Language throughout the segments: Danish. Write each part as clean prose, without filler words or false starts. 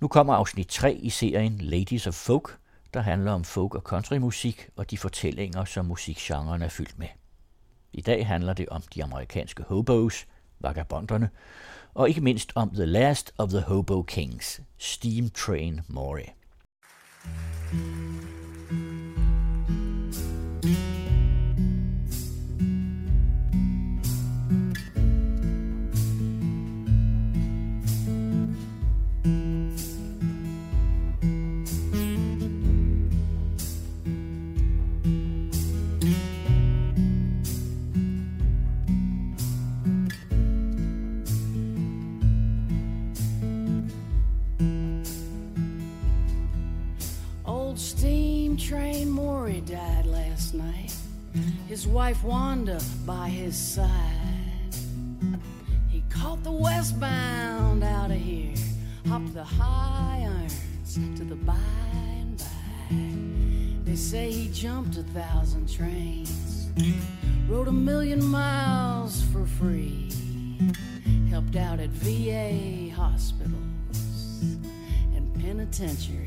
Nu kommer afsnit 3 i serien Ladies of Folk, der handler om folk- og countrymusik og de fortællinger, som musikgenren er fyldt med. I dag handler det om de amerikanske hobos, vagabonderne, og ikke mindst om The Last of the Hobo Kings, Steam Train Maury. Steam Train Maury died last night. His wife Wanda by his side. He caught the westbound out of here, hopped the high irons to the by and by. They say he jumped 1,000 trains, rode 1,000,000 miles for free, helped out at VA hospitals and penitentiaries.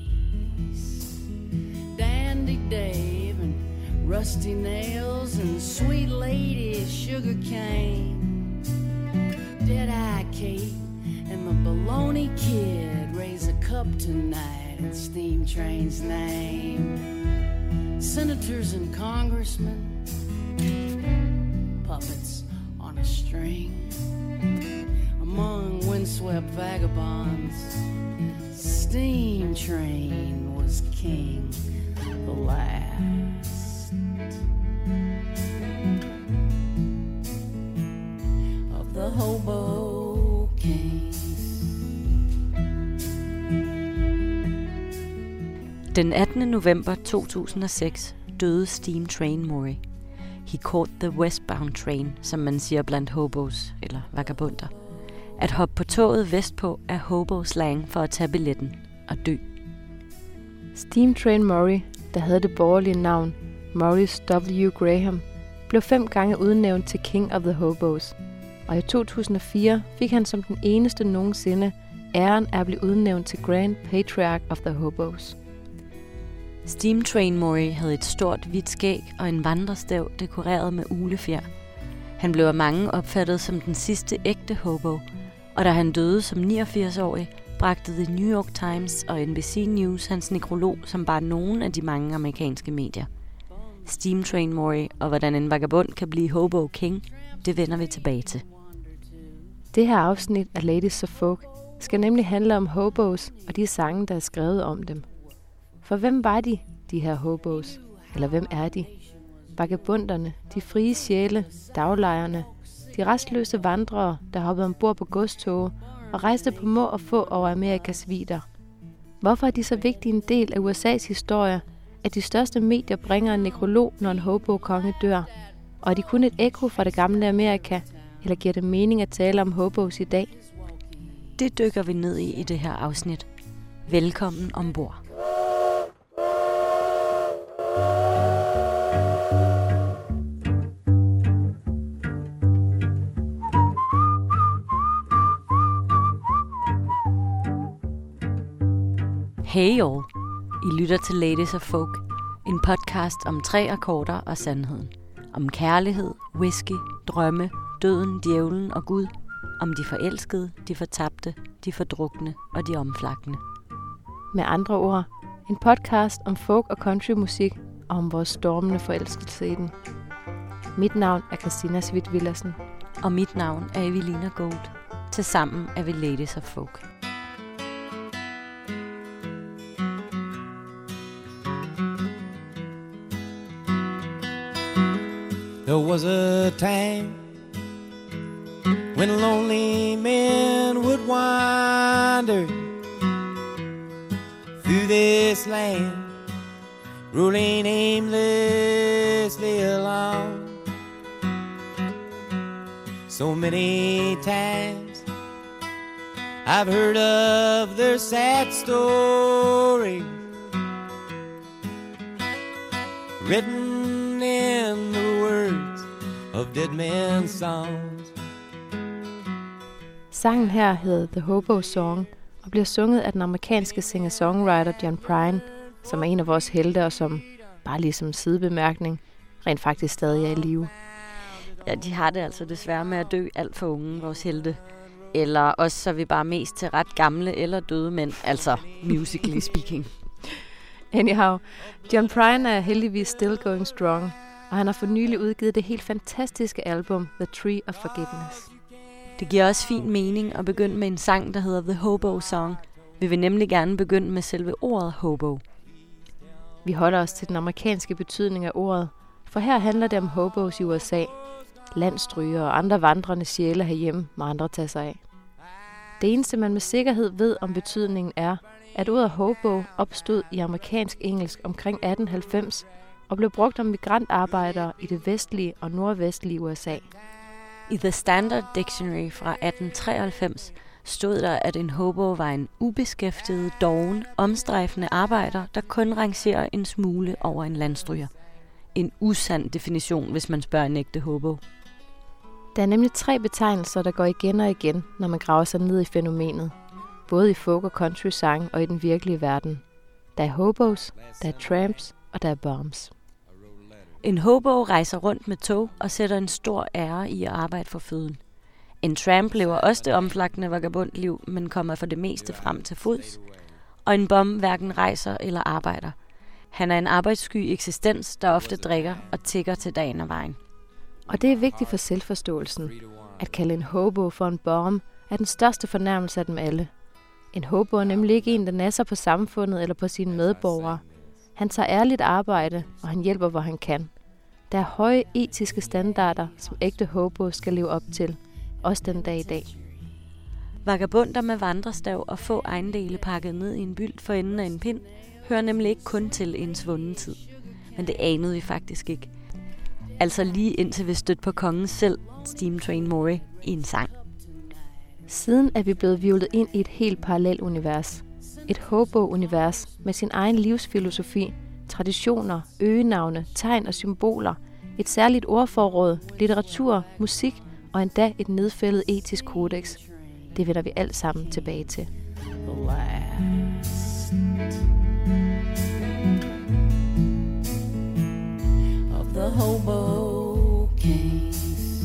Dandy Dave and Rusty Nails and Sweet Lady Sugar Cane, Dead-Eye Kate and the Baloney Kid raise a cup tonight in Steam Train's name. Senators and congressmen, puppets on a string, among windswept vagabonds, Steam Train was king, the last of the Hobo Kings. Den 18. november 2006 døde Steam Train Maury. He caught the westbound train, som man siger blandt hobos eller vagabonder. At hoppe på toget vestpå er hobo-slang for at tage billetten og dø. Steam Train Maury, der havde det borgerlige navn Maurice W. Graham, blev 5 gange udnævnt til King of the Hobos, og i 2004 fik han som den eneste nogensinde æren af at blive udnævnt til Grand Patriarch of the Hobos. Steam Train Maury havde et stort hvidt skæg og en vandrestav dekoreret med uglefjer. Han blev af mange opfattet som den sidste ægte hobo, og da han døde som 89-årig, bragte The New York Times og NBC News hans nekrolog som bare nogle af de mange amerikanske medier. Steam Train Maury og hvordan en vagabond kan blive Hobo King, det vender vi tilbage til. Det her afsnit af Ladies of Folk skal nemlig handle om hobos og de sange, der er skrevet om dem. For hvem var de her hobos? Eller hvem er de? Vagabonderne, de frie sjæle, daglejerne, de restløse vandrere, der hoppede ombord på godstoge og rejste på må og få over Amerikas vidder. Hvorfor er de så vigtig en del af USA's historie, at de største medier bringer en nekrolog, når en hobo-konge dør? Og er de kun et ekko fra det gamle Amerika, eller giver det mening at tale om hobos i dag? Det dykker vi ned i det her afsnit. Velkommen ombord. Hey all, I lytter til Ladies of Folk, en podcast om 3 akkorder og sandheden. Om kærlighed, whisky, drømme, døden, djævlen og Gud. Om de forelskede, de fortabte, de fordrukne og de omflakkende. Med andre ord, en podcast om folk- og countrymusik og om vores stormende forelskelse i den. Mit navn er Christina Svidt-Villersen. Og mit navn er Evelina Gold. Tilsammen er vi Ladies of Folk. There was a time when lonely men would wander through this land, rolling aimlessly along. So many times I've heard of their sad story, written in the words of dead men's songs. Sangen her hedder The Hobo Song, og bliver sunget af den amerikanske singer-songwriter John Prine, som er en af vores helte, og som, bare ligesom sidebemærkning, rent faktisk stadig er i live. Ja, de har det altså desværre med at dø alt for unge, vores helte. Eller også så er vi bare mest til ret gamle eller døde mænd, altså musically speaking. Anyhow, John Prine er heldigvis still going strong, og han har for nylig udgivet det helt fantastiske album The Tree of Forgiveness. Det giver også fin mening at begynde med en sang, der hedder The Hobo Song. Vi vil nemlig gerne begynde med selve ordet hobo. Vi holder os til den amerikanske betydning af ordet, for her handler det om hobos i USA. Landstryger og andre vandrende sjæle herhjemme må andre tage sig af. Det eneste, man med sikkerhed ved om betydningen er, at ordet hobo opstod i amerikansk engelsk omkring 1890 og blev brugt om migrantarbejdere i det vestlige og nordvestlige USA. I The Standard Dictionary fra 1893 stod der, at en hobo var en ubeskæftiget, doven, omstrejfende arbejder, der kun rangerer en smule over en landstryger. En usand definition, hvis man spørger en ægte hobo. Der er nemlig 3 betegnelser, der går igen og igen, når man graver sig ned i fænomenet. Både i folk- og country-sang og i den virkelige verden. Der er hobos, der er tramps og der er bums. En hobo rejser rundt med tog og sætter en stor ære i at arbejde for føden. En tramp lever også det omflakkende vagabondliv, men kommer for det meste frem til fods. Og en bum hverken rejser eller arbejder. Han er en arbejdssky eksistens, der ofte drikker og tigger til dagen og vejen. Og det er vigtigt for selvforståelsen. At kalde en hobo for en bum er den største fornærmelse af dem alle. En hobo er nemlig ikke en, der nasser på samfundet eller på sine medborgere. Han tager ærligt arbejde, og han hjælper, hvor han kan. Der er høje etiske standarder, som ægte hobo skal leve op til. Også den dag i dag. Vagabunder med vandrestav og få ejendele pakket ned i en bylt for enden af en pind, hører nemlig ikke kun til en svunden tid. Men det anede vi faktisk ikke. Altså lige indtil vi stødte på kongen selv, Steam Train Maury, i en sang. Siden er vi blevet hvirvlet ind i et helt parallelt univers. Et hobo-univers med sin egen livsfilosofi, traditioner, øgenavne, tegn og symboler, et særligt ordforråd, litteratur, musik og endda et nedfældet etisk kodex. Det vender vi alt sammen tilbage til. The Hobo Kings.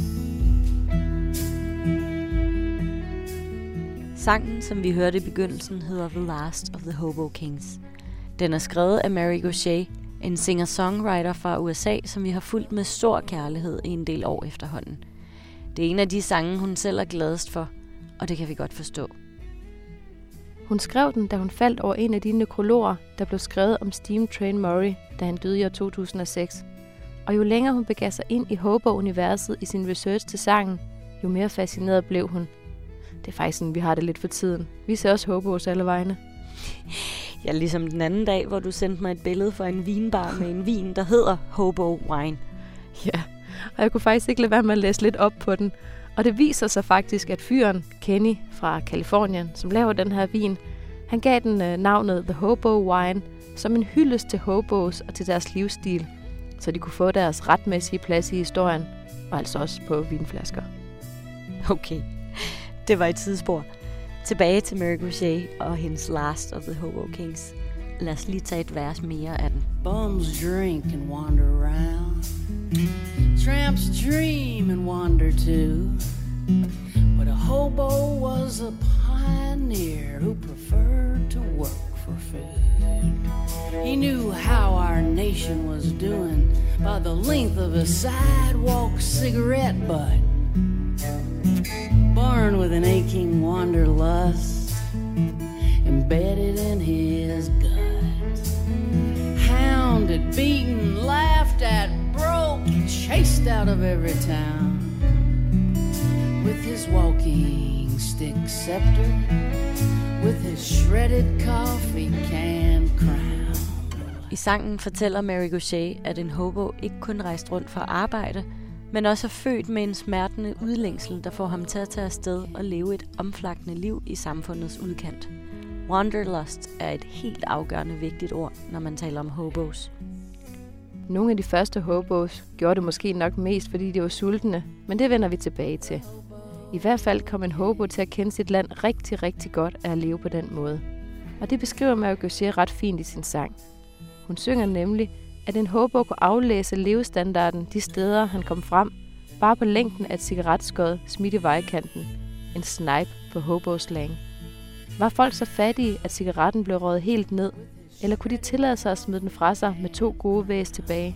Sangen, som vi hørte i begyndelsen, hedder The Last of the Hobo Kings. Den er skrevet af Mary Gauthier, en singer-songwriter fra USA, som vi har fulgt med stor kærlighed i en del år efterhånden. Det er en af de sange, hun selv er gladest for, og det kan vi godt forstå. Hun skrev den, da hun faldt over en af de nekrologer, der blev skrevet om Steam Train Maury, da han døde i år 2006. Og jo længere hun begav sig ind i hobo-universet i sin research til sangen, jo mere fascineret blev hun. Det er faktisk sådan, vi har det lidt for tiden. Vi ser også hobos alle vegne. Ja, ligesom den anden dag, hvor du sendte mig et billede fra en vinbar med en vin, der hedder Hobo Wine. Ja, og jeg kunne faktisk ikke lade være med at læse lidt op på den. Og det viser sig faktisk, at fyren Kenny fra Californien, som laver den her vin, han gav den navnet The Hobo Wine som en hyldest til hobos og til deres livsstil, så de kunne få deres retmæssige plads i historien, og altså også på vinflasker. Okay, det var et tidsspor. Tilbage til Mary Gauthier og hendes Last of the Hobo Kings. Lad os lige tage et vers mere af den. Bums drink and wander around. Tramps dream and wander too. But a hobo was a pioneer who preferred to work for food. He knew how our nation was doing by the length of a sidewalk cigarette butt. Born with an aching wanderlust embedded in his gut. Hounded, beaten, laughed at, broke, chased out of every town. With his walking stick scepter, with his shredded coffee can crown. I sangen fortæller Mary Gauthier, at en hobo ikke kun rejste rundt for at arbejde, men også er født med en smertende udlængsel, der får ham til at tage afsted og leve et omflakkende liv i samfundets udkant. Wanderlust er et helt afgørende vigtigt ord, når man taler om hobos. Nogle af de første hobos gjorde det måske nok mest, fordi de var sultne, men det vender vi tilbage til. I hvert fald kom en hobo til at kende sit land rigtig, rigtig godt af at leve på den måde. Og det beskriver Mary Gauthier ret fint i sin sang. Hun synger nemlig, at en hobo kunne aflæse levestandarden de steder, han kom frem, bare på længden af et cigaretskod smidt i vejkanten. En snipe på hobo-slang. Var folk så fattige, at cigaretten blev røget helt ned, eller kunne de tillade sig at smide den fra sig med 2 gode væs tilbage?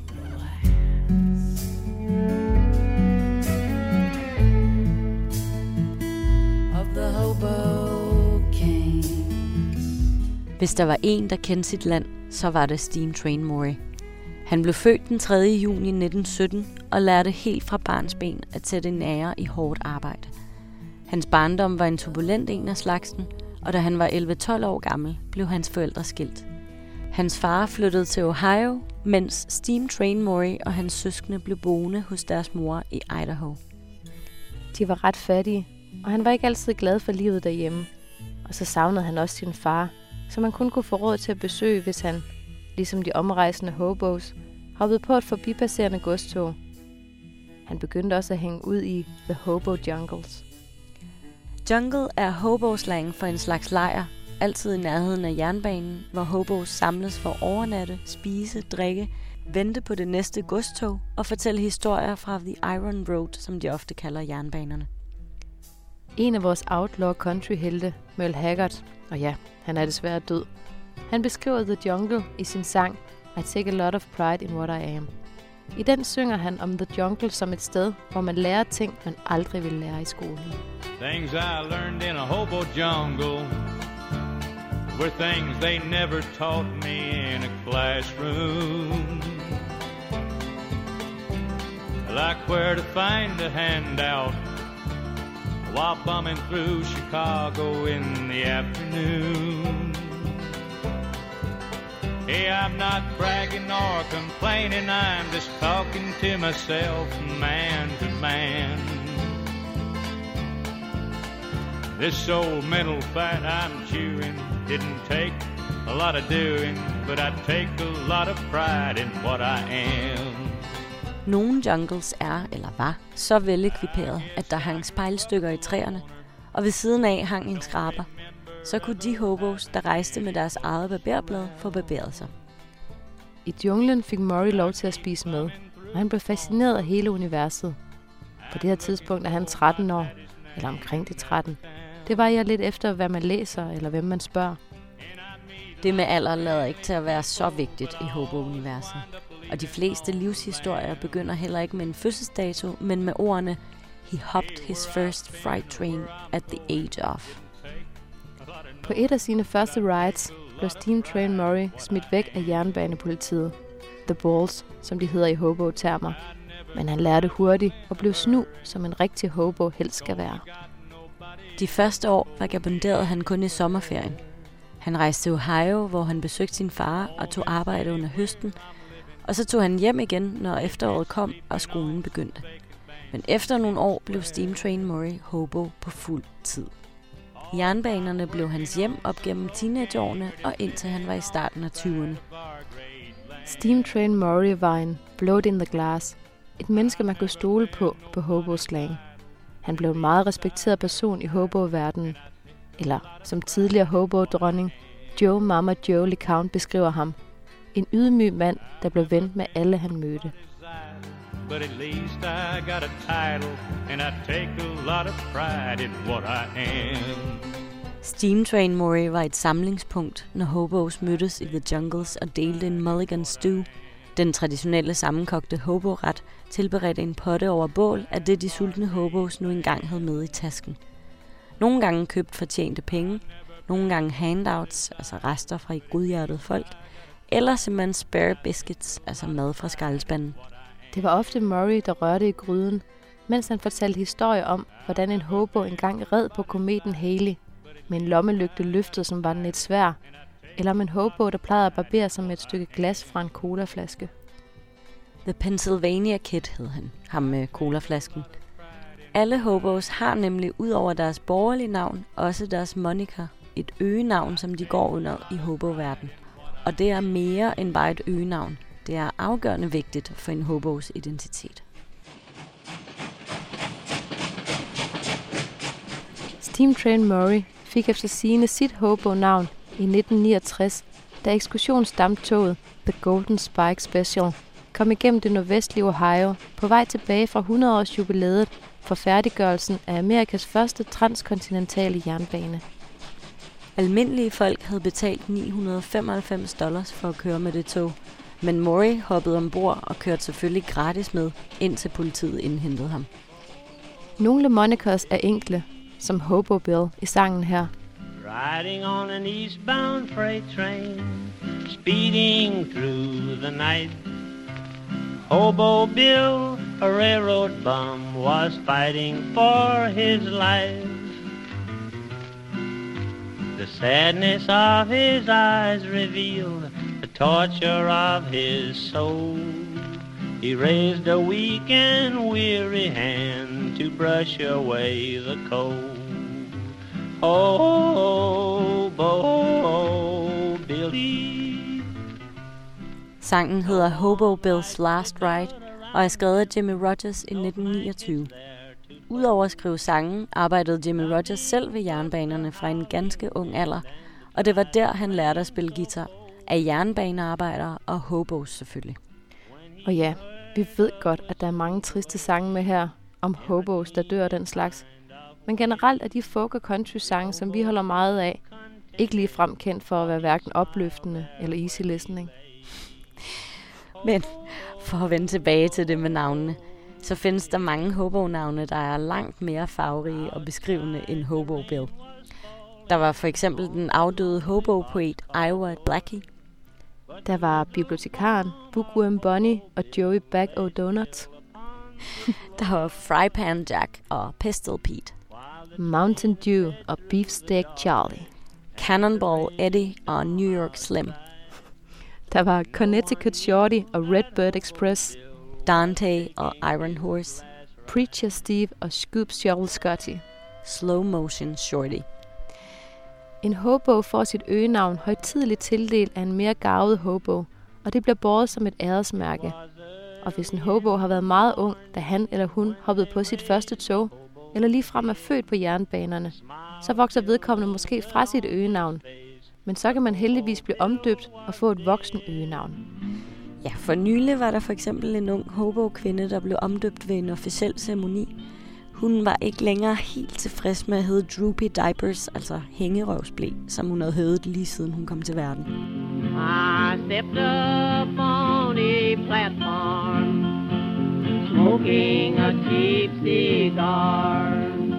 Hvis der var en, der kendte sit land, så var det Steam Train Maury. Han blev født den 3. juni 1917 og lærte helt fra barnsben at sætte en ære i hårdt arbejde. Hans barndom var en turbulent en af slagsen, og da han var 11-12 år gammel, blev hans forældre skilt. Hans far flyttede til Ohio, mens Steam Train Maury og hans søskende blev boende hos deres mor i Idaho. De var ret fattige, og han var ikke altid glad for livet derhjemme. Og så savnede han også sin far, som han kun kunne få råd til at besøge, hvis han, ligesom de omrejsende hobos, hoppede på et forbipasserende godstog. Han begyndte også at hænge ud i The Hobo Jungles. Jungle er hobo-slang for en slags lejr, altid i nærheden af jernbanen, hvor hobos samles for at overnatte, spise, drikke, vente på det næste godstog og fortælle historier fra The Iron Road, som de ofte kalder jernbanerne. En af vores outlaw country-helte, Merle Haggard, og ja, han er desværre død. Han beskriver The Jungle i sin sang I Take a Lot of Pride in What I Am. I den synger han om The Jungle som et sted, hvor man lærer ting, man aldrig ville lære i skolen. Things I learned in a hobo jungle were things they never taught me in a classroom. Like where to find a handout while bumming through Chicago in the afternoon. Hey, I'm not bragging or complaining, I'm just talking to myself man to man. This old mental fat I'm chewing didn't take a lot of doing, but I take a lot of pride in what I am. Nogle jungles er, eller var, så velekviperet, at der hang spejlstykker i træerne, og ved siden af hang en skraber. Så kunne de hobos, der rejste med deres eget barberblad, få barberet sig. I junglen fik Maury lov til at spise med, og han blev fascineret af hele universet. På det her tidspunkt er han 13 år, eller omkring de 13. Det varierer lidt efter, hvad man læser, eller hvem man spørger. Det med alder lader ikke til at være så vigtigt i hobo-universet. Og de fleste livshistorier begynder heller ikke med en fødselsdato, men med ordene He hopped his first freight train at the age of. På et af sine første rides blev Steam Train Maury smidt væk af jernbanepolitiet. The Balls, som de hedder i hobo-termer. Men han lærte hurtigt og blev snu, som en rigtig hobo helst skal være. De første år vagabonderede han kun i sommerferien. Han rejste til Ohio, hvor han besøgte sin far og tog arbejde under høsten, og så tog han hjem igen, når efteråret kom og skolen begyndte. Men efter nogle år blev Steam Train Maury hobo på fuld tid. Jernbanerne blev hans hjem op gennem teenageårene og indtil han var i starten af 20'erne. Steam Train Maury var en bloat in the glass, et menneske man kunne stole på hobo-slang. Han blev en meget respekteret person i hobo-verdenen, eller som tidligere hobo-dronning Joe Mama Joe LeCount beskriver ham. En ydmyg mand, der blev ven med alle han mødte. But at least I got a title, and I take a lot of pride in what I am. Steam Train Maury var et samlingspunkt, når hobos mødtes i The Jungles og delte en mulligan stew, den traditionelle sammenkogte hobo-ret, tilberedte en potte over bål af det, de sultne hobos nu engang havde med i tasken. Nogle gange købt fortjente penge, nogle gange handouts, altså rester fra et godhjertet folk, eller simpelthen spare biscuits, altså mad fra skraldespanden. Det var ofte Maury, der rørte i gryden, mens han fortalte historier om, hvordan en hobo engang red på kometen Halley, med en lommelygte løftet, som var den et sværd, eller om en hobo, der plejede at barbere sig med et stykke glas fra en colaflaske. The Pennsylvania Kid hed han, ham med colaflasken. Alle hobos har nemlig ud over deres borgerlige navn også deres moniker, et øgenavn, som de går under i hobo-verden. Og det er mere end bare et øgenavn. Det er afgørende vigtigt for en hobos identitet. Steam Train Murray fik efter sigende sit hobo-navn i 1969, da ekskursionsdamptoget The Golden Spike Special kom igennem det nordvestlige Ohio på vej tilbage fra 100-års jubilæet for færdiggørelsen af Amerikas første transkontinentale jernbane. Almindelige folk havde betalt $995 for at køre med det tog, men Murray hoppede ombord og kørte selvfølgelig gratis med, indtil politiet indhentede ham. Nogle monikers er enkle, som Hobo Bill i sangen her. Riding on an eastbound freight train, speeding through the night. Hobo Bill, a railroad bum, was fighting for his life. The sadness of his eyes revealed the torture of his soul. He raised a weak and weary hand to brush away the cold. Hobo Billy. Sangen hedder Hobo Bill's Last Ride og er skrevet af Jimmie Rodgers i 1929. Udover at skrive sange, arbejdede Jimmie Rodgers selv ved jernbanerne fra en ganske ung alder, og det var der, han lærte at spille guitar. Af jernbanearbejdere og hobos selvfølgelig. Og ja, vi ved godt, at der er mange triste sange med her, om hobos, der dør den slags. Men generelt er de folk- og country-sange, som vi holder meget af, ikke lige fremkendt for at være hverken opløftende eller easy listening. Men for at vende tilbage til det med navnene, så findes der mange hobo-navne, der er langt mere farverige og beskrivende end Hobo Bill. Der var for eksempel den afdøde hobo-poet Iowa Blackie. Der var bibliotekaren, Bookworm Bunny og Joey Bag O' Donuts. Der var Frypan Jack og Pistol Pete. Mountain Dew og Beefsteak Charlie. Cannonball Eddie og New York Slim. Der var Connecticut Shorty og Redbird Express. Dante og Iron Horse. Preacher Steve og Scoop Shovel Scotty. Slow Motion Shorty. En hobo får sit øgenavn højtideligt tildelt af en mere garvet hobo, og det bliver båret som et æresmærke. Og hvis en hobo har været meget ung, da han eller hun hoppede på sit første tog, eller ligefrem er født på jernbanerne, så vokser vedkommende måske fra sit øgenavn. Men så kan man heldigvis blive omdøbt og få et voksen øgenavn. Ja, for nylig var der for eksempel en ung hobo-kvinde, der blev omdøbt ved en officiel ceremoni. Hun var ikke længere helt tilfreds med at hedde Droopy Diapers, altså hængerøvsble, som hun havde heddet lige siden hun kom til verden. I stepped up on a platform, smoking a cheap cigar,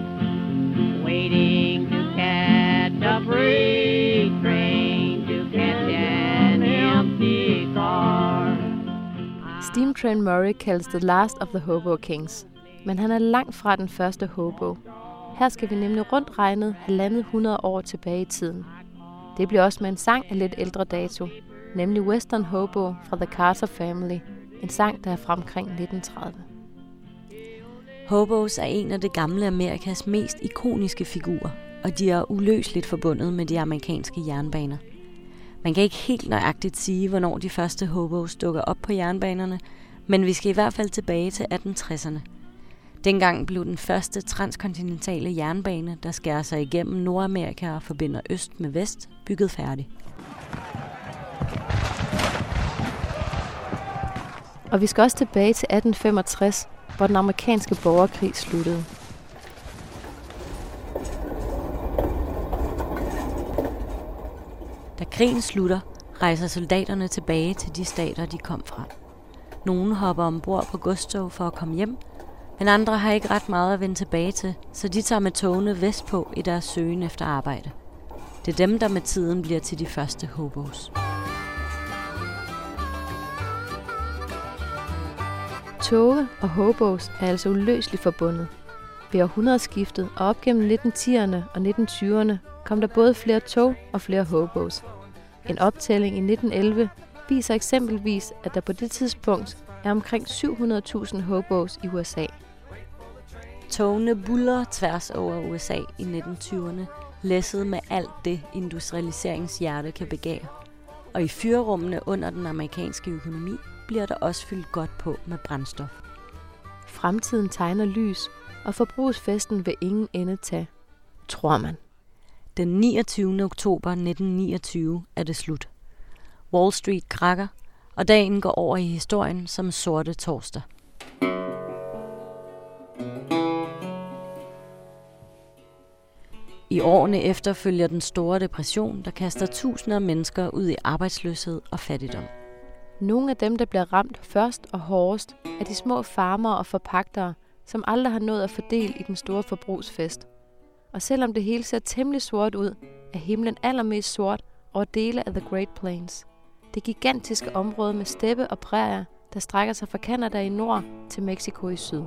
waiting to catch a freight train, to catch an empty car. Steam Train Murray kaldes The Last of the Hobo Kings, men han er langt fra den første hobo. Her skal vi nemlig rundt regnet 150 år tilbage i tiden. Det bliver også med en sang af lidt ældre dato, nemlig Western Hobo fra The Carter Family, en sang, der er fra omkring 1930. Hobos er en af det gamle Amerikas mest ikoniske figurer, og de er uløseligt forbundet med de amerikanske jernbaner. Man kan ikke helt nøjagtigt sige, hvornår de første hobos dukker op på jernbanerne, men vi skal i hvert fald tilbage til 1860'erne. Dengang blev den første transkontinentale jernbane, der skærer sig igennem Nordamerika og forbinder øst med vest, bygget færdig. Og vi skal også tilbage til 1865, hvor den amerikanske borgerkrig sluttede. Da krigen slutter, rejser soldaterne tilbage til de stater, de kom fra. Nogle hopper ombord på godstog for at komme hjem, men andre har ikke ret meget at vende tilbage til, så de tager med togene vestpå i deres søgen efter arbejde. Det er dem, der med tiden bliver til de første hobos. Toge og hobos er altså uløseligt forbundet. Ved århundredeskiftet og op gennem 1910'erne og 1920'erne kom der både flere tog og flere hobos. En optælling i 1911 viser eksempelvis, at der på det tidspunkt er omkring 700.000 hobos i USA. Togene buller tværs over USA i 1920'erne, læsset med alt det industrialiseringshjerte kan begære. Og i fyrrummene under den amerikanske økonomi bliver der også fyldt godt på med brændstof. Fremtiden tegner lys, og forbrugsfesten vil ingen ende tage. tror man. Den 29. oktober 1929 er det slut. Wall Street krakker, og dagen går over i historien som sorte torsdag. I årene efter følger den store depression, der kaster tusinder af mennesker ud i arbejdsløshed og fattigdom. Nogle af dem, der bliver ramt først og hårdest, er de små farmere og forpagtere, som aldrig har nået at fordele i den store forbrugsfest. Og selvom det hele ser temmelig sort ud, er himlen allermest sort over dele af The Great Plains. Det gigantiske område med steppe og prærier, der strækker sig fra Canada i nord til Mexico i syd.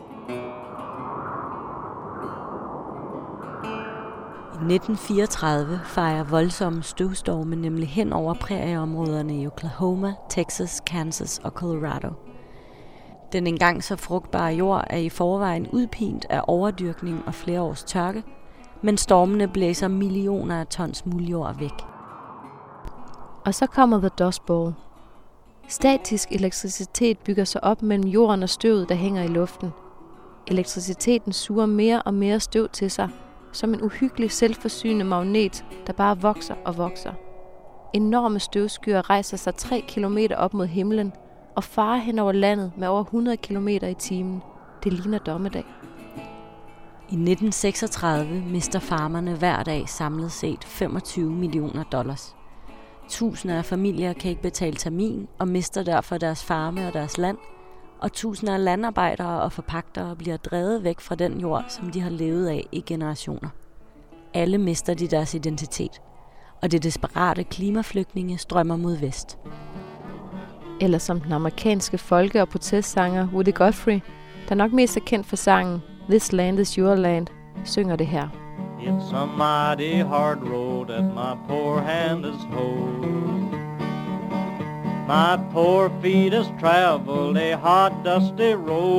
I 1934 fejrer voldsomme støvstorme nemlig hen over prærieområderne i Oklahoma, Texas, Kansas og Colorado. Den engang så frugtbare jord er i forvejen udpint af overdyrkning og flere års tørke, men stormene blæser millioner af tons muldjord væk. Og så kommer The Dust Bowl. Statisk elektricitet bygger sig op mellem jorden og støvet, der hænger i luften. Elektriciteten suger mere og mere støv til sig, som en uhyggelig selvforsynende magnet, der bare vokser og vokser. Enorme støvskyer rejser sig 3 kilometer op mod himlen og farer hen over landet med over 100 kilometer i timen. Det ligner dommedag. I 1936 mister farmerne hver dag samlet set $25 millioner. Tusinder af familier kan ikke betale termin og mister derfor deres farme og deres land, og tusinder af landarbejdere og forpagtere bliver drevet væk fra den jord, som de har levet af i generationer. Alle mister de deres identitet, og det desperate klimaflygtninge strømmer mod vest. Eller som den amerikanske folke- og protestsanger Woody Guthrie, der nok mest er kendt for sangen This Land is Your Land, synger det her. It's a mighty hard road that my poor hand has hold. My poor feet has traveled a hot, dusty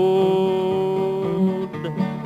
road.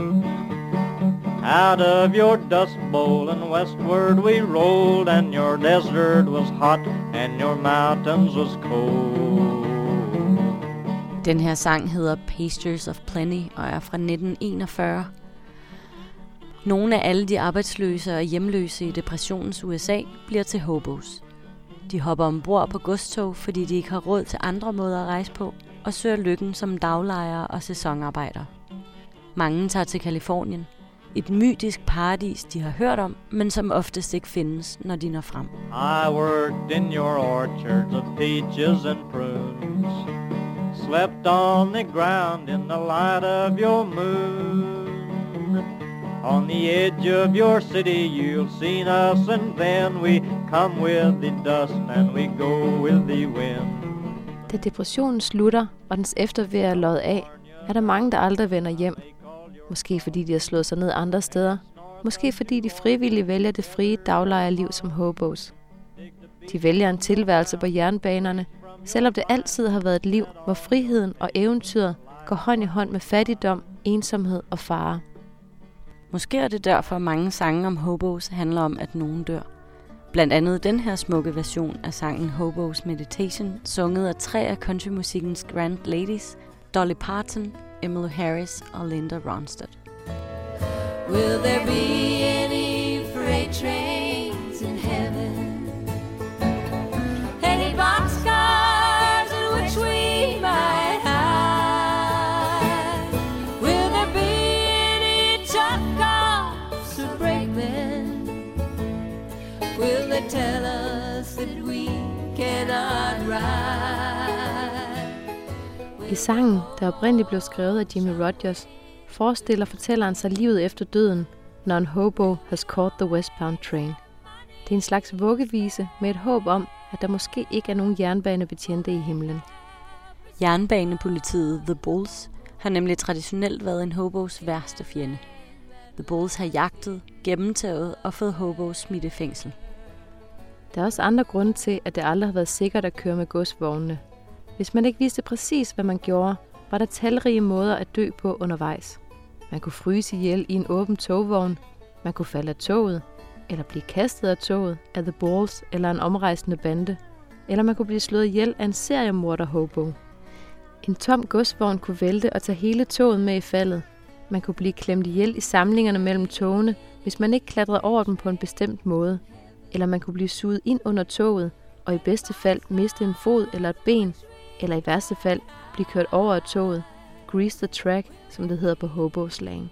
Out of your dust bowl and westward we rolled, and your desert was hot, and your mountains was cold. Den her sang hedder Pastures of Plenty og er fra 1941. Nogle af alle de arbejdsløse og hjemløse i depressionens USA bliver til hobos. De hopper ombord på godstog, fordi de ikke har råd til andre måder at rejse på, og søger lykken som daglejere og sæsonarbejdere. Mange tager til Californien, et mytisk paradis, de har hørt om, men som oftest ikke findes, når de når frem. I worked in your orchards of peaches and prunes, slept on the ground in the light of your moon. On the edge of your city you'll see us, and then we come with the dust and we go with the wind. Da depressionen slutter, og dens eftervejr er løjet af, er der mange, der aldrig vender hjem. Måske fordi de har slået sig ned andre steder. Måske fordi de frivilligt vælger det frie daglejerliv som hobos. De vælger en tilværelse på jernbanerne, selvom det altid har været et liv, hvor friheden og eventyret går hånd i hånd med fattigdom, ensomhed og fare. Måske er det derfor, mange sange om hobos handler om, at nogen dør. Blandt andet den her smukke version af sangen Hobo's Meditation, sunget af 3 af countrymusikkens grand ladies, Dolly Parton, Emmylou Harris og Linda Ronstadt. Will there be any freight trains in heaven? Any boxcars in which we might hide? Will there be any truck cops or brakemen? Will they tell us that we cannot ride? I sangen, der oprindeligt blev skrevet af Jimmy Rogers, forestiller fortælleren sig livet efter døden, når en hobo has caught the westbound train. Det er en slags vuggevise med et håb om, at der måske ikke er nogen jernbanebetjente i himlen. Jernbanepolitiet The Bulls har nemlig traditionelt været en hobos værste fjende. The Bulls har jagtet, gennemtaget og fået hobos smidt i fængsel. Der er også andre grunde til, at det aldrig har været sikkert at køre med godsvognene. Hvis man ikke vidste præcis, hvad man gjorde, var der talrige måder at dø på undervejs. Man kunne fryse ihjel i en åben togvogn, man kunne falde af toget, eller blive kastet af toget af The Bulls eller en omrejsende bande, eller man kunne blive slået ihjel af en seriemorder-hobo. En tom godsvogn kunne vælte og tage hele toget med i faldet. Man kunne blive klemt ihjel i samlingerne mellem togene, hvis man ikke klatrede over dem på en bestemt måde, eller man kunne blive suget ind under toget, og i bedste fald miste en fod eller et ben, eller i værste fald blive kørt over af toget, grease the track, som det hedder på hobo-slang.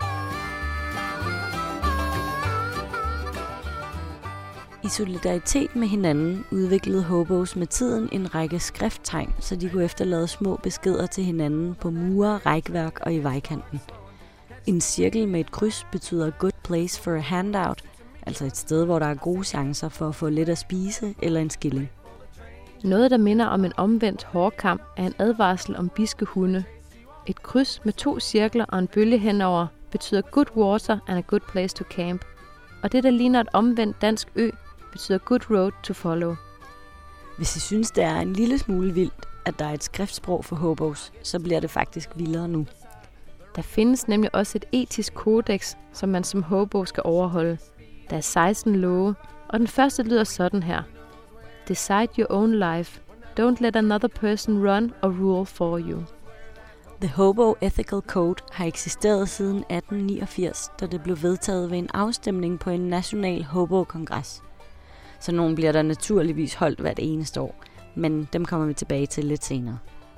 I solidaritet med hinanden udviklede hobos med tiden en række skrifttegn, så de kunne efterlade små beskeder til hinanden på mure, rækværk og i vejkanten. En cirkel med et kryds betyder good place for a handout, altså et sted, hvor der er gode chancer for at få lidt at spise eller en skilling. Noget, der minder om en omvendt hårkam, er en advarsel om bidske hunde. Et kryds med 2 cirkler og en bølge henover betyder good water and a good place to camp. Og det, der ligner et omvendt dansk ø, betyder good road to follow. Hvis I synes, det er en lille smule vildt, at der er et skriftsprog for hobos, så bliver det faktisk vildere nu. Der findes nemlig også et etisk kodex, som man som hobo skal overholde. Der er 16 love, og den første lyder sådan her. Decide your own life. Don't let another person run or rule for you. The Hobo Ethical Code har eksisteret siden 1889, da det blev vedtaget ved en afstemning på en national hobo-kongres. Så nogle bliver der naturligvis holdt hvert eneste år, men dem kommer vi tilbage til lidt senere.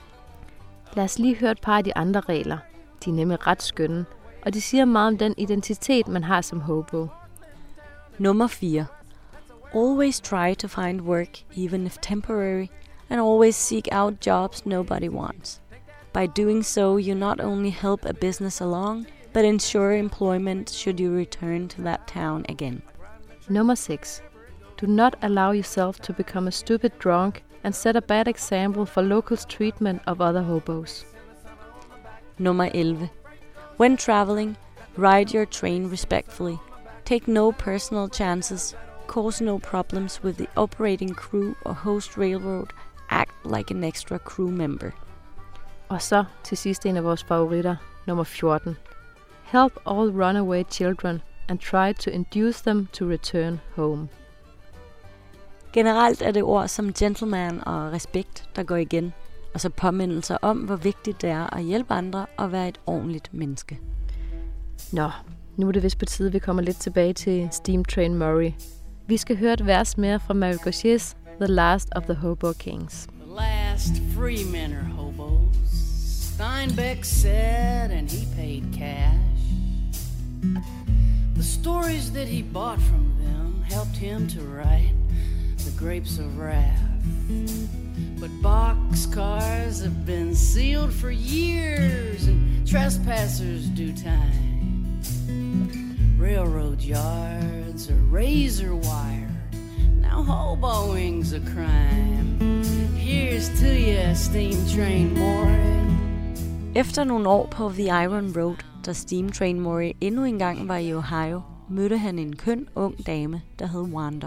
Lad os lige høre et par af de andre regler. De er nemlig ret skønne, og de siger meget om den identitet, man har som hobo. Nummer 4. Always try to find work, even if temporary, and always seek out jobs nobody wants. By doing so, you not only help a business along, but ensure employment should you return to that town again. Nummer 6. Do not allow yourself to become a stupid drunk and set a bad example for locals' treatment of other hobos. Nummer 11. When traveling, ride your train respectfully. Take no personal chances. Cause no problems with the operating crew or host railroad. Act like an extra crew member. Og så til sidst en af vores favoritter, nummer 14. Help all runaway children and try to induce them to return home. Generelt er det ord som gentleman og respekt, der går igen, og så påmindelser om, hvor vigtigt det er at hjælpe andre og være et ordentligt menneske. Nå, nu er det vist på tide, vi kommer lidt tilbage til Steam Train Murray. Vi skal høre et vers mere fra Mary Gauthiers The Last of the Hobo Kings. The last free men are hobos, Steinbeck said, and he paid cash. The stories that he bought from them helped him to write The Grapes of Wrath. But boxcars have been sealed for years, and trespassers do time. Railroad yards are razor wired, now hoboing's a crime. Here's to ya, Steam Train Maury. Efter nogle år på The Iron Road, da Steam Train Maury endnu engang var i Ohio, mødte han en køn ung dame, der hed Wanda.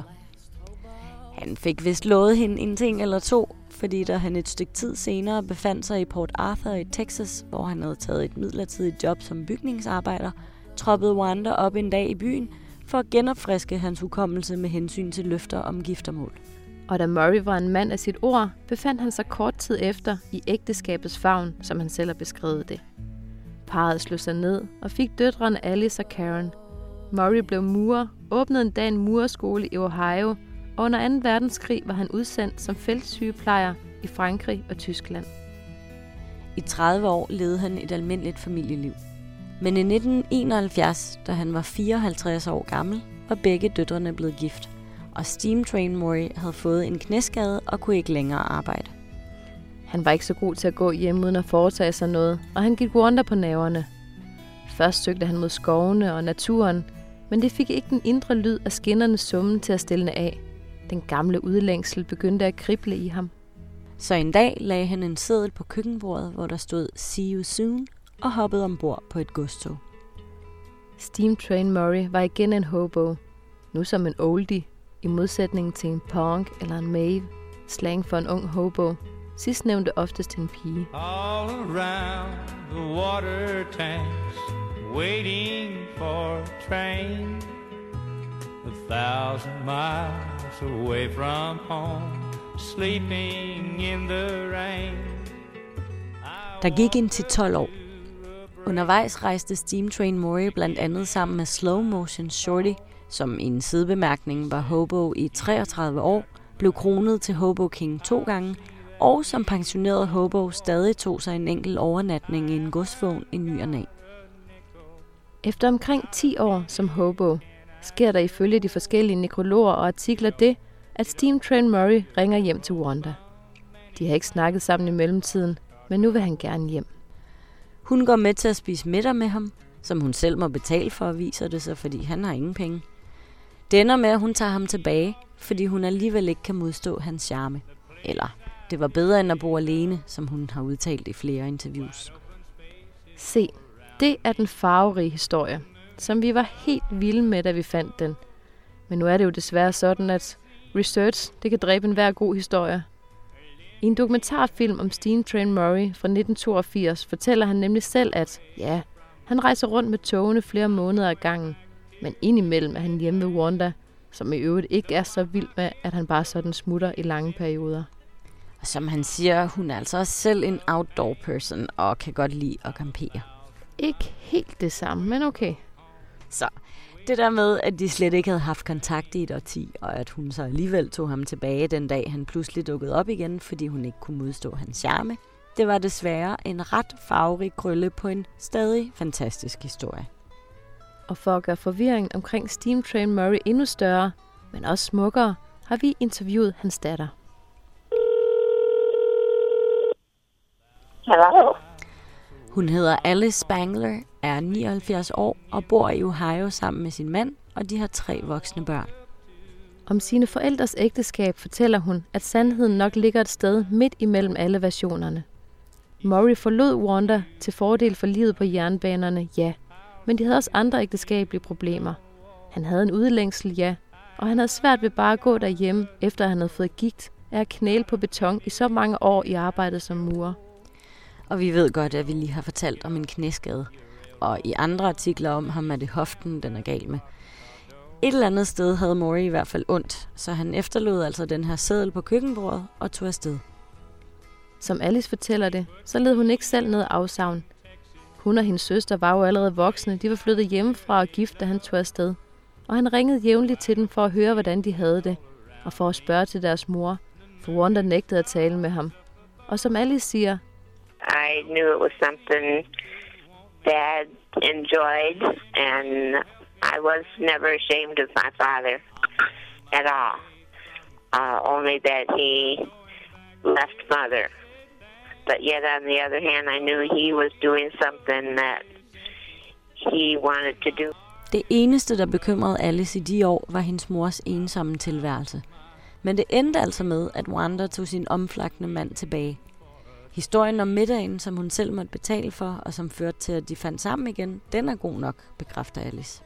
Han fik vist lovet hende en ting eller to, fordi da han et stykke tid senere befandt sig i Port Arthur i Texas, hvor han havde taget et midlertidigt job som bygningsarbejder, troppede Wanda op en dag i byen for at genopfriske hans hukommelse med hensyn til løfter om giftermål. Og da Murray var en mand af sit ord, befandt han sig kort tid efter i ægteskabets favn, som han selv har beskrevet det. Parret slog sig ned og fik døtrene Alice og Karen. Murray blev murer, åbnede en dag en murerskole i Ohio, og under 2. verdenskrig var han udsendt som feltsygeplejer i Frankrig og Tyskland. I 30 år levede han et almindeligt familieliv. Men i 1971, da han var 54 år gammel, var begge døtrene blevet gift, og Steam Train Maury havde fået en knæskade og kunne ikke længere arbejde. Han var ikke så god til at gå hjem uden at foretage sig noget, og han gik Wanda på nerverne. Først søgte han mod skovene og naturen, men det fik ikke den indre lyd af skinnernes summen til at stille af. Den gamle udlængsel begyndte at krible i ham. Så en dag lagde han en seddel på køkkenbordet, hvor der stod See you soon, og hoppede ombord på et godstog. Steam Train Maury var igen en hobo, nu som en oldie, i modsætning til en punk eller en mave, slang for en ung hobo, sidstnævnte oftest en pige. All around the water tanks, waiting for a train, 1,000 miles away from home, sleeping in the rain. Der gik ind til 12 år. Undervejs rejste Steam Train Maury blandt andet sammen med Slow Motion Shorty, som i en sidebemærkning var hobo i 33 år, blev kronet til Hobo King 2 gange, og som pensioneret hobo stadig tog sig en enkelt overnatning i en godsvogn i ny og næ. Efter omkring 10 år som hobo, sker der ifølge de forskellige nekrologer og artikler det, at Steam Train Maury ringer hjem til Wanda. De har ikke snakket sammen i mellemtiden, men nu vil han gerne hjem. Hun går med til at spise middag med ham, som hun selv må betale for, viser det sig, fordi han har ingen penge. Det ender med, at hun tager ham tilbage, fordi hun alligevel ikke kan modstå hans charme. Eller, det var bedre end at bo alene, som hun har udtalt i flere interviews. Se, det er den farverige historie, som vi var helt vilde med, da vi fandt den. Men nu er det jo desværre sådan, at research, det kan dræbe enhver god historie. I en dokumentarfilm om Steam Train Maury fra 1982 fortæller han nemlig selv, at ja, han rejser rundt med togene flere måneder ad gangen, men indimellem er han hjemme ved Wanda, som i øvrigt ikke er så vild med, at han bare sådan smutter i lange perioder. Og som han siger, hun er altså også selv en outdoor person og kan godt lide at campere. Ikke helt det samme, men okay. Så det der med, at de slet ikke havde haft kontakt i et årti, og at hun så alligevel tog ham tilbage den dag, han pludselig dukkede op igen, fordi hun ikke kunne modstå hans charme, det var desværre en ret farverig krølle på en stadig fantastisk historie. Og for at gøre forvirringen omkring Steam Train Maury endnu større, men også smukkere, har vi interviewet hans datter. Hello. Hun hedder Alice Spangler, er 79 år og bor i Ohio sammen med sin mand, og de har 3 voksne børn. Om sine forældres ægteskab fortæller hun, at sandheden nok ligger et sted midt imellem alle versionerne. Maury forlod Wanda til fordel for livet på jernbanerne, ja, men de havde også andre ægteskabelige problemer. Han havde en udlængsel, ja, og han havde svært ved bare at gå derhjemme, efter han havde fået gigt af at knæle på beton i så mange år i arbejdet som murer. Og vi ved godt, at vi lige har fortalt om en knæskade. Og i andre artikler om ham er det hoften, den er gal med. Et eller andet sted havde Maury i hvert fald ondt, så han efterlod altså den her seddel på køkkenbordet og tog afsted. Som Alice fortæller det, så led hun ikke selv noget afsavn. Hun og hendes søster var jo allerede voksne, de var flyttet hjemmefra og gift, da han tog afsted. Og han ringede jævnligt til dem for at høre, hvordan de havde det, og for at spørge til deres mor, for Wanda nægtede at tale med ham. Og som Alice siger, I knew it was something Dad enjoyed, and I was never ashamed of my father at all. Only that he left Mother. But yet, on the other hand, I knew he was doing something that he wanted to do. Det eneste, der bekymrede Alice i de år, var hendes mors ensomme tilværelse. Men det endte altså med, at Wanda tog sin omflakkende mand tilbage. Historien om middagen, som hun selv måtte betale for, og som førte til, at de fandt sammen igen, den er god nok, bekræfter Alice.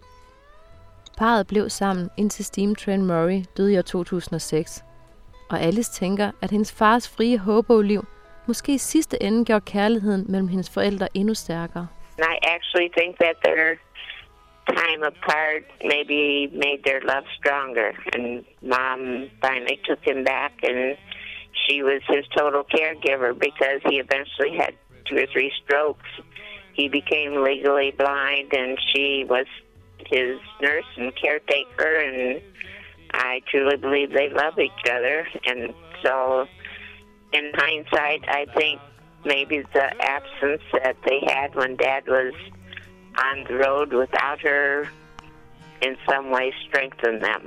Parret blev sammen, indtil Steam Train Maury døde i år 2006. Og Alice tænker, at hendes fars frie hobo-liv måske i sidste ende gjorde kærligheden mellem hendes forældre endnu stærkere. I actually think that their time apart maybe made their love stronger. And Mom finally took him back, and she was his total caregiver because he eventually had 2 or 3 strokes. He became legally blind, and she was his nurse and caretaker, and I truly believe they love each other. And so, in hindsight, I think maybe the absence that they had when Dad was on the road without her in some way strengthened them.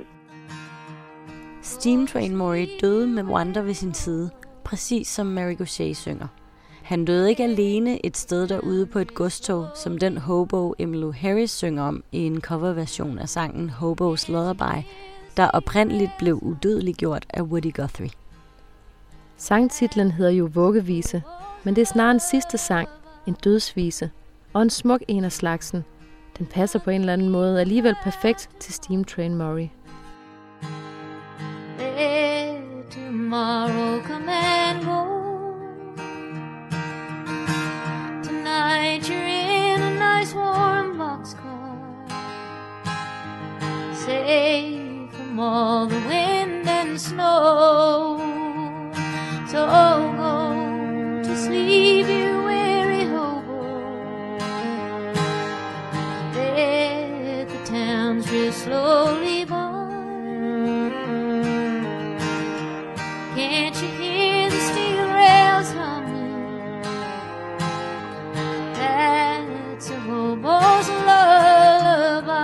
Steam Train Maury døde med Wanda ved sin side, præcis som Mary Gauthier synger. Han døde ikke alene et sted derude på et godstog, som den hobo Emmylou Harris synger om i en coverversion af sangen Hobo's Lullaby, der oprindeligt blev udødeliggjort af Woody Guthrie. Sangtitlen hedder jo Vuggevise, men det er snarere en sidste sang, en dødsvise, og en smuk en af slagsen. Den passer på en eller anden måde alligevel perfekt til Steam Train Maury. Tomorrow come and go. Tonight you're in a nice warm boxcar, safe from all the wind and snow. So go to sleep, you weary hobo. Can't you hear the steel rails humming? That's a hobo's lullaby.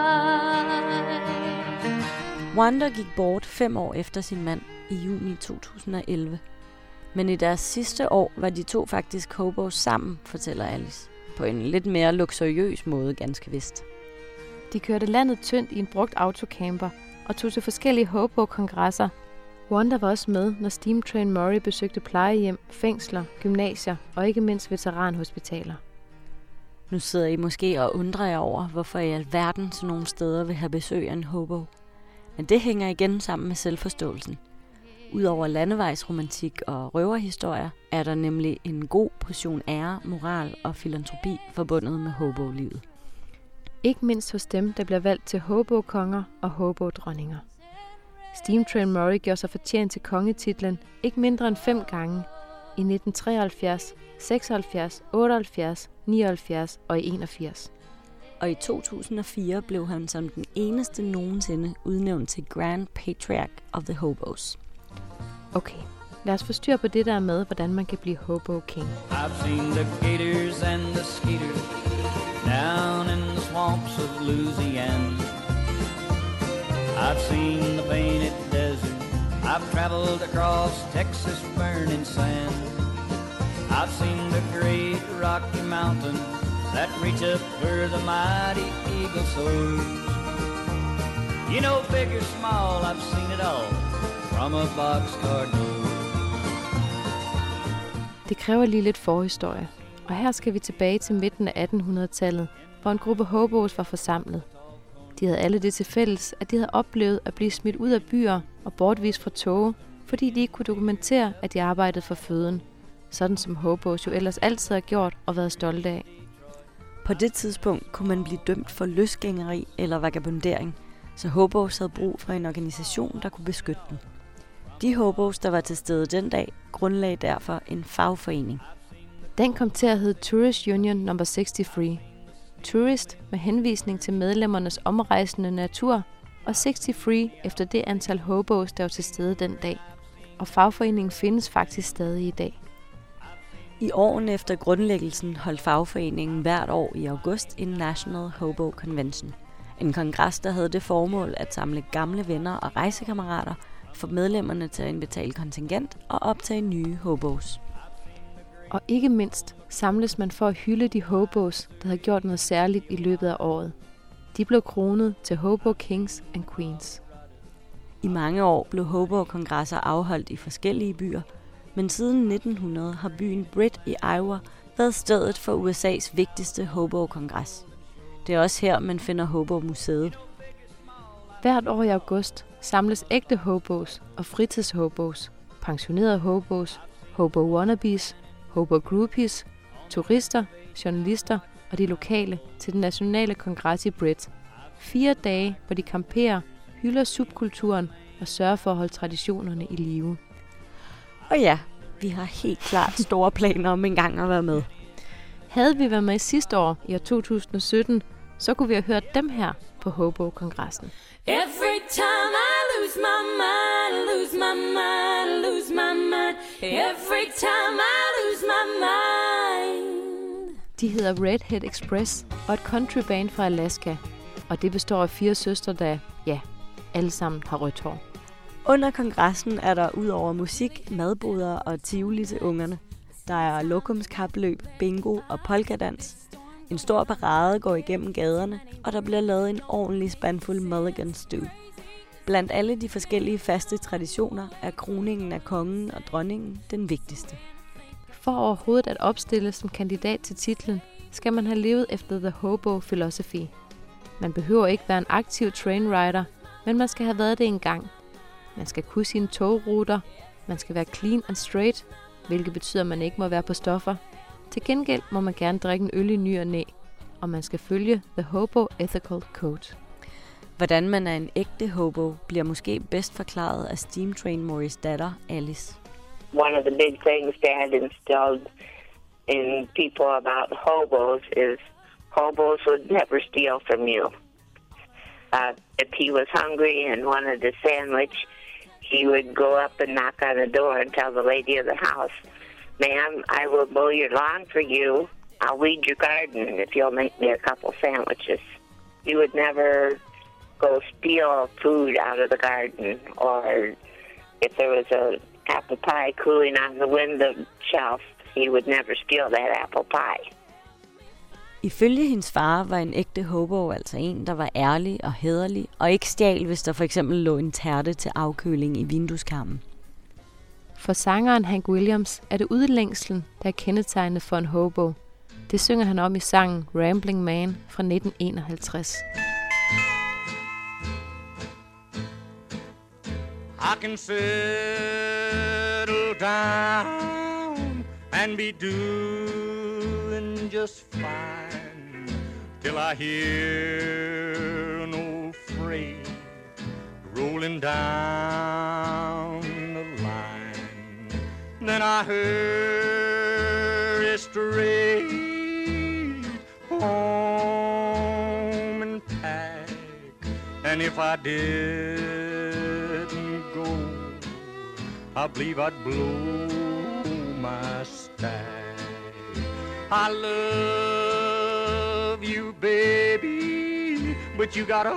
Wanda gik bort 5 år efter sin mand i juni 2011. Men i deres sidste år var de to faktisk hobos sammen, fortæller Alice. På en lidt mere luksuriøs måde, ganske vist. De kørte landet tyndt i en brugt autocamper og tog til forskellige hobo-kongresser. Wanda var også med, når Steam Train Murray besøgte plejehjem, fængsler, gymnasier og ikke mindst veteranhospitaler. Nu sidder I måske og undrer jer over, hvorfor i alverden sådan nogle steder vil have besøg af en hobo. Men det hænger igen sammen med selvforståelsen. Udover landevejsromantik og røverhistorier, er der nemlig en god portion ære, moral og filantropi forbundet med hobo-livet. Ikke mindst hos dem, der bliver valgt til hobo-konger og hobo-dronninger. Steam Train Murray gjorde sig fortjent til kongetitlen ikke mindre end 5 gange i 1973, 76, 78, 79 og i 81. Og i 2004 blev han som den eneste nogensinde udnævnt til Grand Patriarch of the Hobos. Okay, lad os få styr på det der med, hvordan man kan blive hobo king. I've seen the gators and the skaters down in the swamps of Louisiana. I've seen the painted desert. I've traveled across Texas burning sand. I've seen the great Rocky Mountains that reach up where the mighty eagle soars. You know, big or small, I've seen it all from a boxcar door. Det kræver lige lidt forhistorie, og her skal vi tilbage til midten af 1800-tallet, hvor en gruppe hobos var forsamlet. De havde alle det til fælles, at de havde oplevet at blive smidt ud af byer og bortvist fra tog, fordi de ikke kunne dokumentere, at de arbejdede for føden, sådan som hobos jo ellers altid har gjort og været stolte af. På det tidspunkt kunne man blive dømt for løsgængeri eller vagabondering, så hobos havde brug for en organisation, der kunne beskytte dem. De hobos, der var til stede den dag, grundlagde derfor en fagforening. Den kom til at hedde Tourist Union No. 63. Tourist med henvisning til medlemmernes omrejsende natur, og 63 efter det antal hobos, der var til stede den dag. Og fagforeningen findes faktisk stadig i dag. I årene efter grundlæggelsen holdt fagforeningen hvert år i august en National Hobo Convention. En kongres, der havde det formål at samle gamle venner og rejsekammerater, få medlemmerne til at indbetale kontingent og optage nye hobos. Og ikke mindst samles man for at hylde de hobos, der havde gjort noget særligt i løbet af året. De blev kronet til Hobo Kings and Queens. I mange år blev hobo-kongresser afholdt i forskellige byer, men siden 1900 har byen Britt i Iowa været stedet for USA's vigtigste hobo-kongres. Det er også her, man finder Hobo-museet. Hvert år i august samles ægte hobos og fritidshobos, pensionerede hobos, hobo-wannabes, hobo-groupies, turister, journalister og de lokale til den nationale kongres i Britt. 4 dage, hvor de camperer, hylder subkulturen og sørger for at holde traditionerne i live. Og ja, vi har helt klart store planer om engang at være med. Havde vi været med sidste år, i år 2017, så kunne vi have hørt dem her på Hobo-kongressen. Every time I lose my mind, lose my mind, lose my mind. Every time I lose my mind. De hedder Redhead Express og et countryband fra Alaska. Og det består af 4 søstre, der, ja, alle sammen har rødt hår. Under kongressen er der udover musik, madboder og tivoli til ungerne. Der er lokumskapløb, bingo og polkadans. En stor parade går igennem gaderne, og der bliver lavet en ordentlig spandfuld mulligan stew. Blandt alle de forskellige faste traditioner er kroningen af kongen og dronningen den vigtigste. For overhovedet at opstille som kandidat til titlen, skal man have levet efter The Hobo Philosophy. Man behøver ikke være en aktiv trainrider, men man skal have været det engang. Man skal kunne sine togruter, man skal være clean and straight, hvilket betyder, at man ikke må være på stoffer. Til gengæld må man gerne drikke en øl i ny og næ, og man skal følge The Hobo Ethical Code. Hvordan man er en ægte hobo, bliver måske bedst forklaret af Steam Train Murrays datter, Alice. One of the big things Dad instilled in people about hobos is hobos would never steal from you. If he was hungry and wanted a sandwich, he would go up and knock on the door and tell the lady of the house, "Ma'am, I will mow your lawn for you. I'll weed your garden if you'll make me a couple sandwiches." He would never go steal food out of the garden, or if there was a apple pie cooling on the window shelf, he would never steal that apple pie. Ifølge hendes far var en ægte hobo altså en, der var ærlig og hæderlig, og ikke stjal, hvis der for eksempel lå en tærte til afkøling i vindueskarmen. For sangeren Hank Williams er det udlængslen, der er kendetegnet for en hobo. Det synger han om i sangen Rambling Man fra 1951. I can settle down and be doing just fine till I hear an old freight rolling down the line. Then I hurry straight home and pack, and if I didn't go, I believe I'd blow my stack. I love you, baby, but you gotta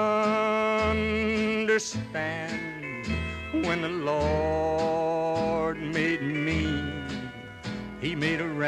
understand, when the Lord made me, he made a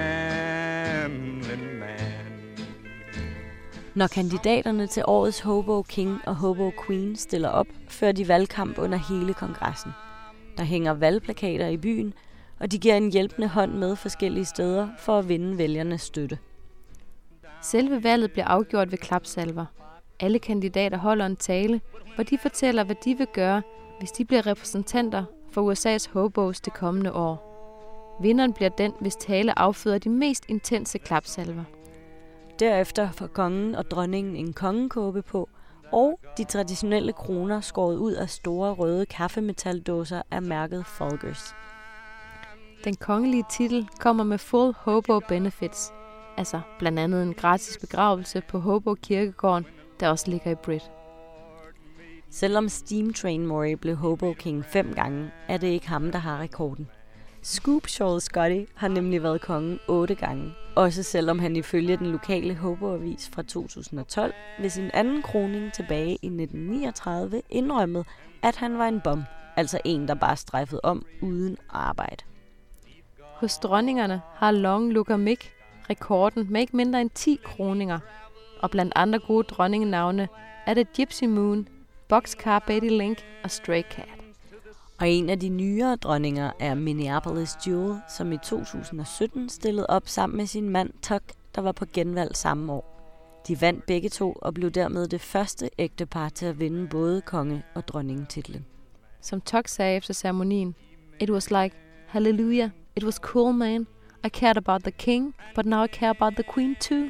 rambling man. Når kandidaterne til årets Hobo King og Hobo Queen stiller op, fører de valgkamp under hele kongressen. Der hænger valgplakater i byen, og de giver en hjælpende hånd med forskellige steder for at vinde vælgernes støtte. Selve valget bliver afgjort ved klapsalver. Alle kandidater holder en tale, hvor de fortæller, hvad de vil gøre, hvis de bliver repræsentanter for USA's hobos det kommende år. Vinderen bliver den, hvis tale afføder de mest intense klapsalver. Derefter får kongen og dronningen en kongekåbe på, og de traditionelle kroner skåret ud af store røde kaffemetaldåser af mærket Folgers. Den kongelige titel kommer med full hobo benefits, altså blandt andet en gratis begravelse på Hobo Kirkegården, der også ligger i Britt. Selvom Steam Train Maury blev Hobo King 5 gange, er det ikke ham, der har rekorden. Scoop Shawl Scotty har nemlig været kongen 8 gange, også selvom han ifølge den lokale Hobo-avis fra 2012 ved sin anden kroning tilbage i 1939 indrømmede, at han var en bum, altså en, der bare strejfede om uden arbejde. Hos dronningerne har Long Looker Mick rekorden med ikke mindre end 10 kroninger, og blandt andre gode dronningenavne er det Gypsy Moon, Boxcar Betty Link og Stray Cat. Og en af de nyere dronninger er Minneapolis Jewel, som i 2017 stillede op sammen med sin mand Tuck, der var på genvalg samme år. De vandt begge to og blev dermed det første ægtepar til at vinde både konge- og dronningetitlen. Som Tuck sagde efter ceremonien, "It was like, hallelujah, it was cool, man. I cared about the king, but now I care about the queen too."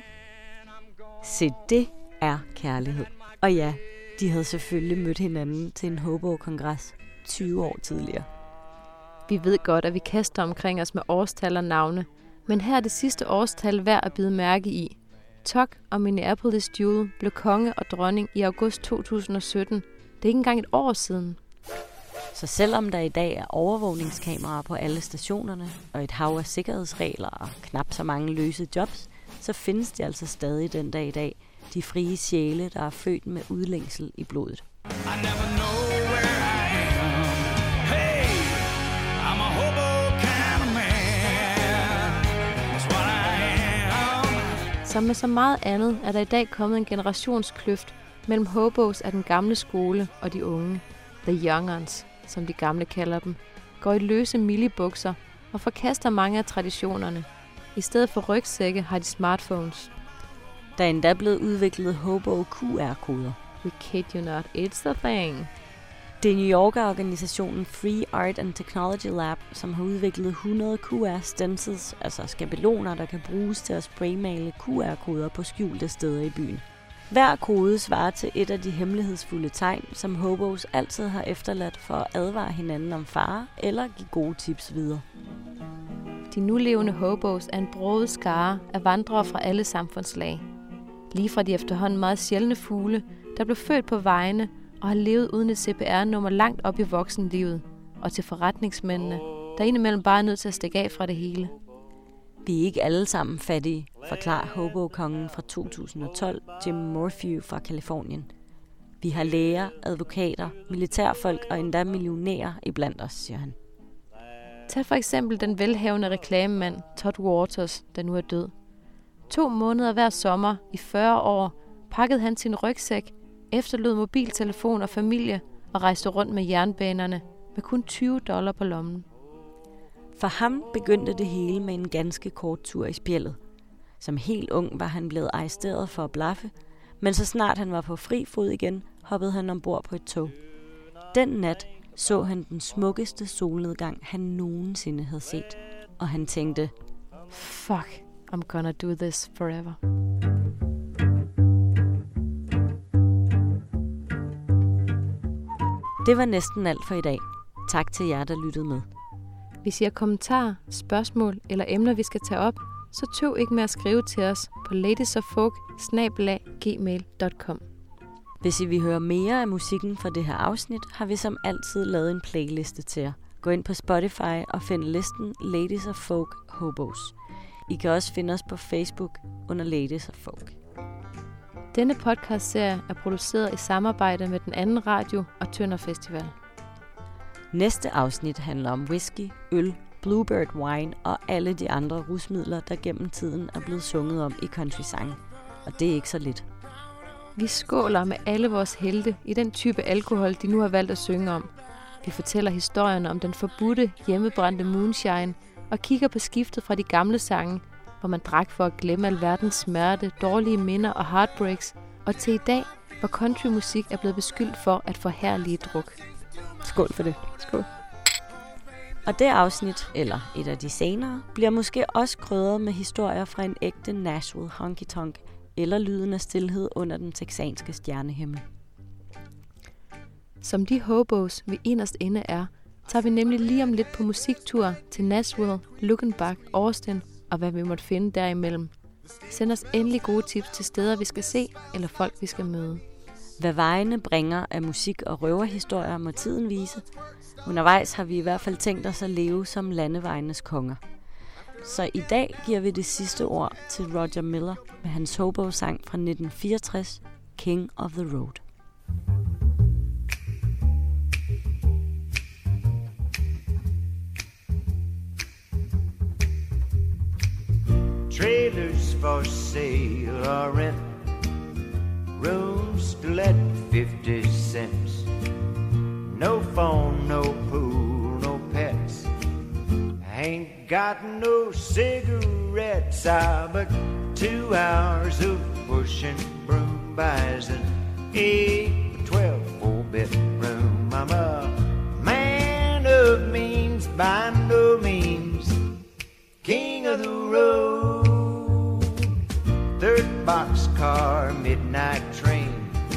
Se, det er kærlighed. Og ja, de havde selvfølgelig mødt hinanden til en hobo-kongres 20 år tidligere. Vi ved godt, at vi kaster omkring os med årstal og navne, men her er det sidste årstal værd at bide mærke i. Tuck og Minneapolis Jewel blev konge og dronning i august 2017. Det er ikke engang et år siden. Så selvom der i dag er overvågningskameraer på alle stationerne, og et hav af sikkerhedsregler og knap så mange løse jobs, så findes de altså stadig den dag i dag, de frie sjæle, der er født med udlængsel i blodet. Som med så meget andet er der i dag kommet en generationskløft mellem hobos af den gamle skole og de unge. The Young'uns, som de gamle kalder dem, går i løse millibukser og forkaster mange af traditionerne. I stedet for rygsække har de smartphones. Der er endda blevet udviklet hobo QR-koder. We kid you not, it's the thing. Det er New Yorker-organisationen Free Art and Technology Lab, som har udviklet 100 QR-stencils, altså skabeloner, der kan bruges til at spraymale QR-koder på skjulte steder i byen. Hver kode svarer til et af de hemmelighedsfulde tegn, som hobos altid har efterladt for at advare hinanden om fare eller give gode tips videre. De nulevende hobos er en broget skare af vandrere fra alle samfundslag. Lige fra de efterhånden meget sjældne fugle, der blev født på vejene og har levet uden et CPR-nummer langt op i voksenlivet, og til forretningsmændene, der indimellem bare er nødt til at stikke af fra det hele. Vi er ikke alle sammen fattige, forklarer hobo-kongen fra 2012, Jim Morphew fra Kalifornien. Vi har læger, advokater, militærfolk og endda millionærer iblandt os, siger han. Tag for eksempel den velhavende reklamemand Todd Waters, der nu er død. 2 måneder hver sommer i 40 år pakkede han sin rygsæk, efterlod mobiltelefon og familie og rejste rundt med jernbanerne med kun $20 på lommen. For ham begyndte det hele med en ganske kort tur i spjældet. Som helt ung var han blevet arresteret for at blaffe, men så snart han var på fri fod igen, hoppede han ombord på et tog. Den nat så han den smukkeste solnedgang, han nogensinde havde set, og han tænkte, fuck, I'm gonna do this forever. Det var næsten alt for i dag. Tak til jer, der lyttede med. Hvis I har kommentarer, spørgsmål eller emner, vi skal tage op, så tøv ikke med at skrive til os på ladiesoffolk@gmail.com. Hvis I vil høre mere af musikken fra det her afsnit, har vi som altid lavet en playliste til jer. Gå ind på Spotify og find listen Ladies of Folk Hobos. I kan også finde os på Facebook under Ladies of Folk. Denne podcastserie er produceret i samarbejde med den anden radio og Tønder Festival. Næste afsnit handler om whisky, øl, bluebird wine og alle de andre rusmidler, der gennem tiden er blevet sunget om i countrysange. Og det er ikke så lidt. Vi skåler med alle vores helte i den type alkohol, de nu har valgt at synge om. Vi fortæller historierne om den forbudte, hjemmebrændte moonshine og kigger på skiftet fra de gamle sange, hvor man drak for at glemme alverdens smerte, dårlige minder og heartbreaks, og til i dag, hvor countrymusik er blevet beskyldt for at forherlige druk. Skål for det. Skål. Og det afsnit, eller et af de senere, bliver måske også krydret med historier fra en ægte Nashville honky-tonk, eller lyden af stilhed under den texanske stjernehimmel. Som de hobos, vi inderst inde er, tager vi nemlig lige om lidt på musiktur til Nashville, Luckenbach, Austin og hvad vi måtte finde derimellem. Send os endelig gode tips til steder, vi skal se, eller folk, vi skal møde. Hvad vejene bringer af musik og røverhistorier, må tiden vise. Undervejs har vi i hvert fald tænkt os at leve som landevejenes konger. Så i dag giver vi det sidste ord til Roger Miller med hans hobo-sang fra 1964, King of the Road. Trailers for sale or rent, rooms to let 50 cents. No phone, no pool, no pets. Ain't got no cigarettes, but 2 hours of pushing broom buys an 8 to 12 4-bedroom. I'm a man of means by no means, king of the road. 3rd boxcar, midnight train,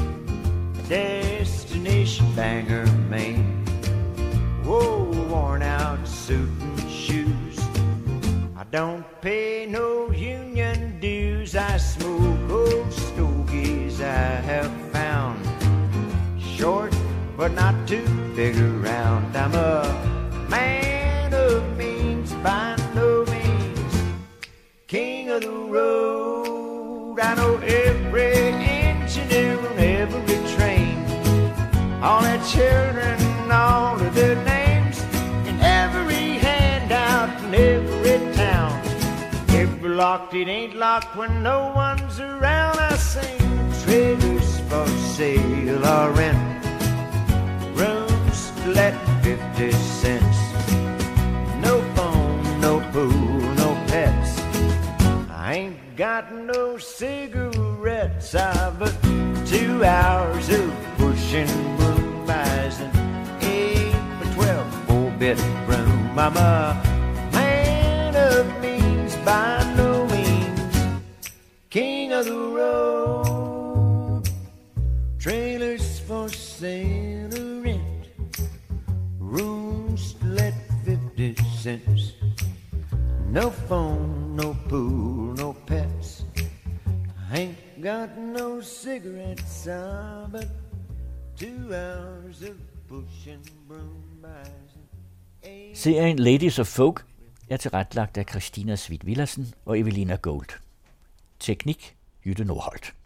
destination Bangor, Maine. Whoa, worn out suit and shoes. I don't pay no union dues. I smoke old stogies I have found. Short, but not too big around. I'm a man of means by no means, king of the road. I know every engineer on every train, all the children, all of their names, and every handout in every town. If we're locked, it ain't locked when no one's around. I sing trailers for sale or rent, rooms to let 50 cents. No phone, no pool, no pets. I ain't got no cigarettes, but 2 hours of pushing broom buys an 8 by 12 4-bedroom. I'm a man of means by no means, king of the road. Trailers for sale or rent, rooms to let 50 cents. No phone, no pool, no pets. I ain't got no cigarettes, but 2 hours of push and broom buys. Serien Ladies of Folk er tilrettelagt af Christina Svidt Villadsen og Evelina Gold. Teknik Jytte Nordholt.